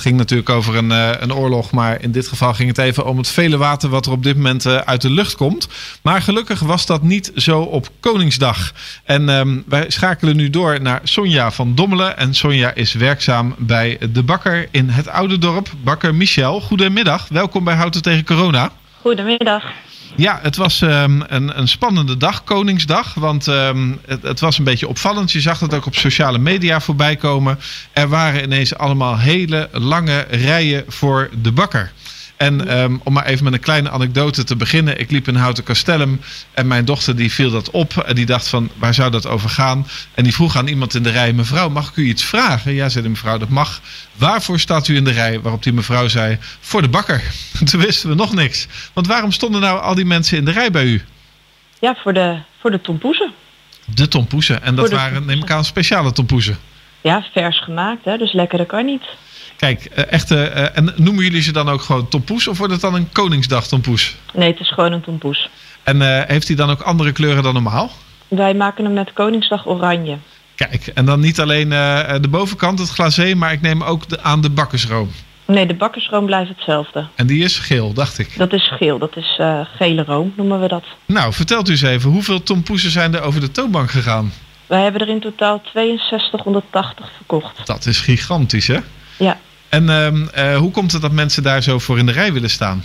ging natuurlijk over een oorlog. Maar in dit geval ging het even om het vele water wat er op dit moment uit de lucht komt. Maar gelukkig was dat niet zo op Koningsdag. En wij schakelen nu door naar Sonja van Dommelen. En Sonja is werkzaam bij de bakker in het Oude Dorp. Bakker Michel, goedemiddag. Welkom bij Houten tegen Corona. Goedemiddag. Ja, het was een spannende dag, Koningsdag. Want het was een beetje opvallend. Je zag het ook op sociale media voorbij komen. Er waren ineens allemaal hele lange rijen voor de bakker. En om maar even met een kleine anekdote te beginnen. Ik liep in Houten Castellum en mijn dochter die viel dat op. En die dacht van, waar zou dat over gaan? En die vroeg aan iemand in de rij, mevrouw, mag ik u iets vragen? Ja, zei de mevrouw, dat mag. Waarvoor staat u in de rij? Waarop die mevrouw zei, voor de bakker. Toen wisten we nog niks. Want waarom stonden nou al die mensen in de rij bij u? Ja, voor de tompoesen. De tompoesen. En dat waren, neem ik aan, speciale tompoesen. Ja, vers gemaakt, hè? Dus lekkerder kan niet. Kijk, en noemen jullie ze dan ook gewoon tompoes of wordt het dan een Koningsdag tompoes? Nee, het is gewoon een tompoes. En heeft hij dan ook andere kleuren dan normaal? Wij maken hem met Koningsdag oranje. Kijk, en dan niet alleen de bovenkant, het glacé, maar ik neem ook aan de bakkersroom. Nee, de bakkersroom blijft hetzelfde. En die is geel, dacht ik. Dat is geel, dat is gele room, noemen we dat. Nou, vertelt u eens even, hoeveel tompoesen zijn er over de toonbank gegaan? Wij hebben er in totaal 6280 verkocht. Dat is gigantisch, hè? Ja. En hoe komt het dat mensen daar zo voor in de rij willen staan?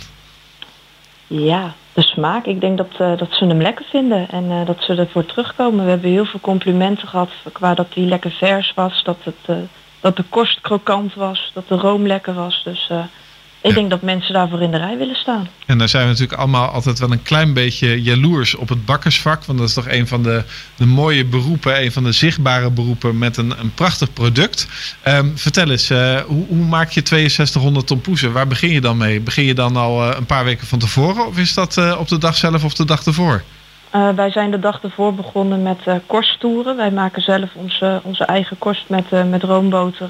Ja, de smaak. Ik denk dat ze hem lekker vinden en dat ze ervoor terugkomen. We hebben heel veel complimenten gehad qua dat hij lekker vers was, dat de korst krokant was, dat de room lekker was. Dus ik denk dat mensen daarvoor in de rij willen staan. En daar zijn we natuurlijk allemaal altijd wel een klein beetje jaloers op het bakkersvak. Want dat is toch een van de mooie beroepen, een van de zichtbare beroepen met een prachtig product. Vertel eens, hoe maak je 6200 tompoesen? Waar begin je dan mee? Begin je dan al een paar weken van tevoren? Of is dat op de dag zelf of de dag ervoor? Wij zijn de dag ervoor begonnen met korsttoeren. Wij maken zelf onze eigen korst met roomboter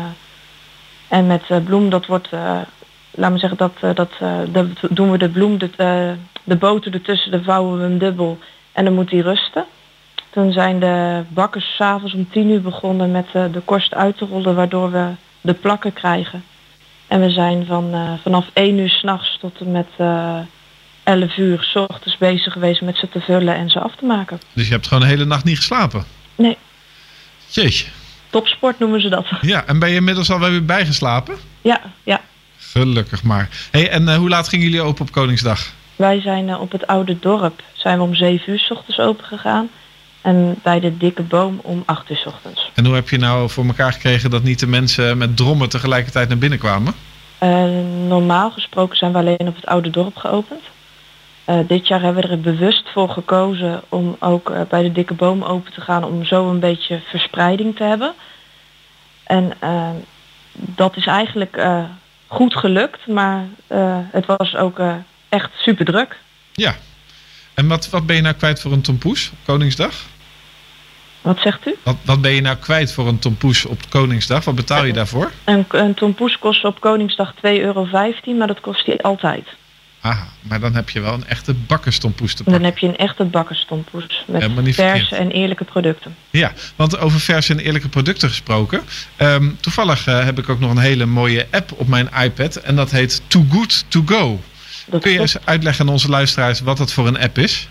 en met bloem. Dat wordt... Laat me zeggen, doen we de bloem, de boter ertussen, dan vouwen we hem dubbel en dan moet die rusten. Toen zijn de bakkers 's avonds om 10 uur begonnen met de korst uit te rollen, waardoor we de plakken krijgen. En we zijn vanaf 1 uur 's nachts tot en met 11 uur 's ochtends bezig geweest met ze te vullen en ze af te maken. Dus je hebt gewoon de hele nacht niet geslapen? Nee. Jeetje. Topsport noemen ze dat. Ja, en ben je inmiddels al weer bijgeslapen? Ja. Gelukkig maar. Hey, en hoe laat gingen jullie open op Koningsdag? Wij zijn op het Oude Dorp zijn we om 7 uur 's ochtends open gegaan. En bij de Dikke Boom om 8 uur 's ochtends. En hoe heb je nou voor elkaar gekregen dat niet de mensen met drommen tegelijkertijd naar binnen kwamen? Normaal gesproken zijn we alleen op het Oude Dorp geopend. Dit jaar hebben we er bewust voor gekozen om ook bij de Dikke Boom open te gaan. Om zo een beetje verspreiding te hebben. En dat is eigenlijk... goed gelukt, maar het was ook echt super druk. Ja. En wat ben je nou kwijt voor een tompoes op Koningsdag? Wat zegt u? Wat ben je nou kwijt voor een tompoes op Koningsdag? Wat betaal je daarvoor? Een tompoes kost op Koningsdag €2,15, maar dat kost hij altijd. Ah, maar dan heb je wel een echte bakkerstompoes te pakken. Dan heb je een echte bakkerstompoes met verse en eerlijke producten. Ja, want over verse en eerlijke producten gesproken. Toevallig heb ik ook nog een hele mooie app op mijn iPad. En dat heet Too Good To Go. Kun je eens uitleggen aan onze luisteraars wat dat voor een app is?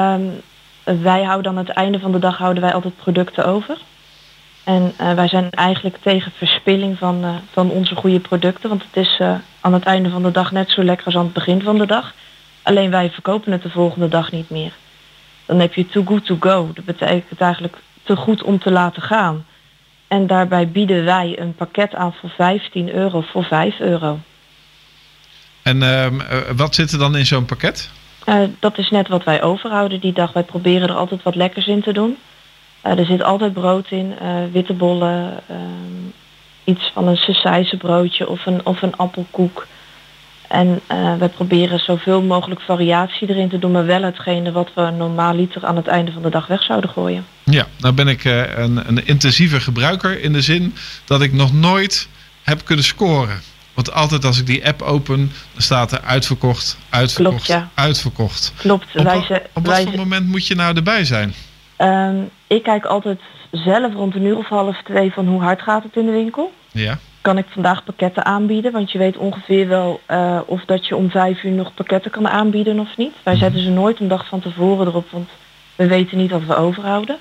Wij houden aan het einde van de dag altijd producten over. En wij zijn eigenlijk tegen verspilling van onze goede producten. Want het is aan het einde van de dag net zo lekker als aan het begin van de dag. Alleen wij verkopen het de volgende dag niet meer. Dan heb je too good to go. Dat betekent eigenlijk te goed om te laten gaan. En daarbij bieden wij een pakket aan voor €15 voor €5. En wat zit er dan in zo'n pakket? Dat is net wat wij overhouden die dag. Wij proberen er altijd wat lekkers in te doen. Er zit altijd brood in, wittebollen, iets van een sausijzenbroodje of een appelkoek. En wij proberen zoveel mogelijk variatie erin te doen, maar wel hetgene wat we normaal liter aan het einde van de dag weg zouden gooien. Ja, nou ben ik een intensieve gebruiker in de zin dat ik nog nooit heb kunnen scoren. Want altijd als ik die app open, dan staat er uitverkocht, Klopt, ja. Uitverkocht. Klopt. Op wat voor moment moet je nou erbij zijn? Ik kijk altijd zelf rond 1 uur of 1:30 van hoe hard gaat het in de winkel. Ja. kan ik vandaag pakketten aanbieden? Want je weet ongeveer wel of dat je om 5 uur nog pakketten kan aanbieden of niet. Wij zetten ze nooit een dag van tevoren erop, want we weten niet wat we overhouden.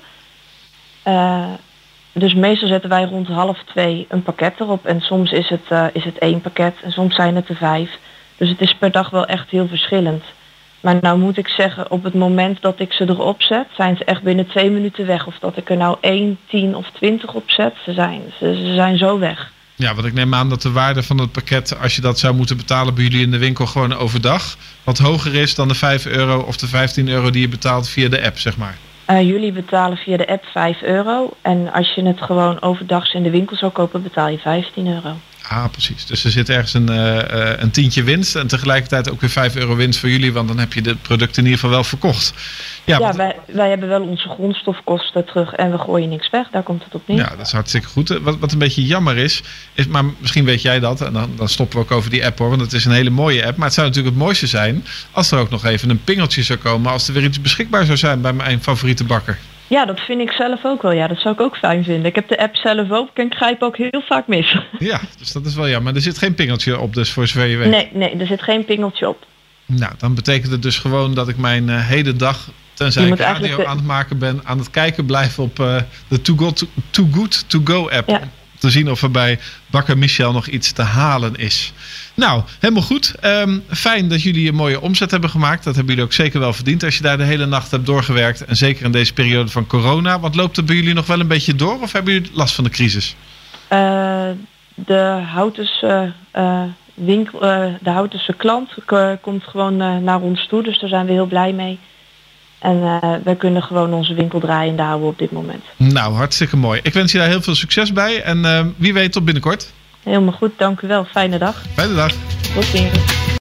Dus meestal zetten wij rond 1:30 een pakket erop. En soms is het 1 pakket en soms zijn het er 5. Dus het is per dag wel echt heel verschillend. Maar nou moet ik zeggen, op het moment dat ik ze erop zet, zijn ze echt binnen 2 minuten weg. Of dat ik er nou 1, 10 of 20 op zet, ze zijn zo weg. Ja, want ik neem aan dat de waarde van het pakket, als je dat zou moeten betalen bij jullie in de winkel gewoon overdag, wat hoger is dan de €5 of de €15 die je betaalt via de app, zeg maar. Jullie betalen via de app €5. En als je het gewoon overdags in de winkel zou kopen, betaal je €15. Ah, precies. Dus er zit ergens een tientje winst en tegelijkertijd ook weer €5 winst voor jullie, want dan heb je de producten in ieder geval wel verkocht. Ja, wij hebben wel onze grondstofkosten terug en we gooien niks weg. Daar komt het op neer. Ja, dat is hartstikke goed. Wat een beetje jammer is, maar misschien weet jij dat, en dan stoppen we ook over die app hoor, want het is een hele mooie app. Maar het zou natuurlijk het mooiste zijn als er ook nog even een pingeltje zou komen als er weer iets beschikbaar zou zijn bij mijn favoriete bakker. Ja, dat vind ik zelf ook wel. Ja, dat zou ik ook fijn vinden. Ik heb de app zelf ook en ik grijp ook heel vaak mis. Ja, dus dat is wel jammer. Maar er zit geen pingeltje op, dus voor zover je weet. Nee, er zit geen pingeltje op. Nou, dan betekent het dus gewoon dat ik mijn hele dag, tenzij ik radio aan het maken ben, aan het kijken blijf op de Too Good To Go app. Ja. Om te zien of er bij bakker Michel nog iets te halen is. Nou, helemaal goed. Fijn dat jullie een mooie omzet hebben gemaakt. Dat hebben jullie ook zeker wel verdiend als je daar de hele nacht hebt doorgewerkt. En zeker in deze periode van corona. Wat loopt er bij jullie nog wel een beetje door? Of hebben jullie last van de crisis? De Houtense klant komt gewoon naar ons toe. Dus daar zijn we heel blij mee. En wij kunnen gewoon onze winkel draaiende houden op dit moment. Nou, hartstikke mooi. Ik wens je daar heel veel succes bij. En wie weet tot binnenkort. Helemaal goed, dank u wel. Fijne dag. Fijne dag. Tot ziens.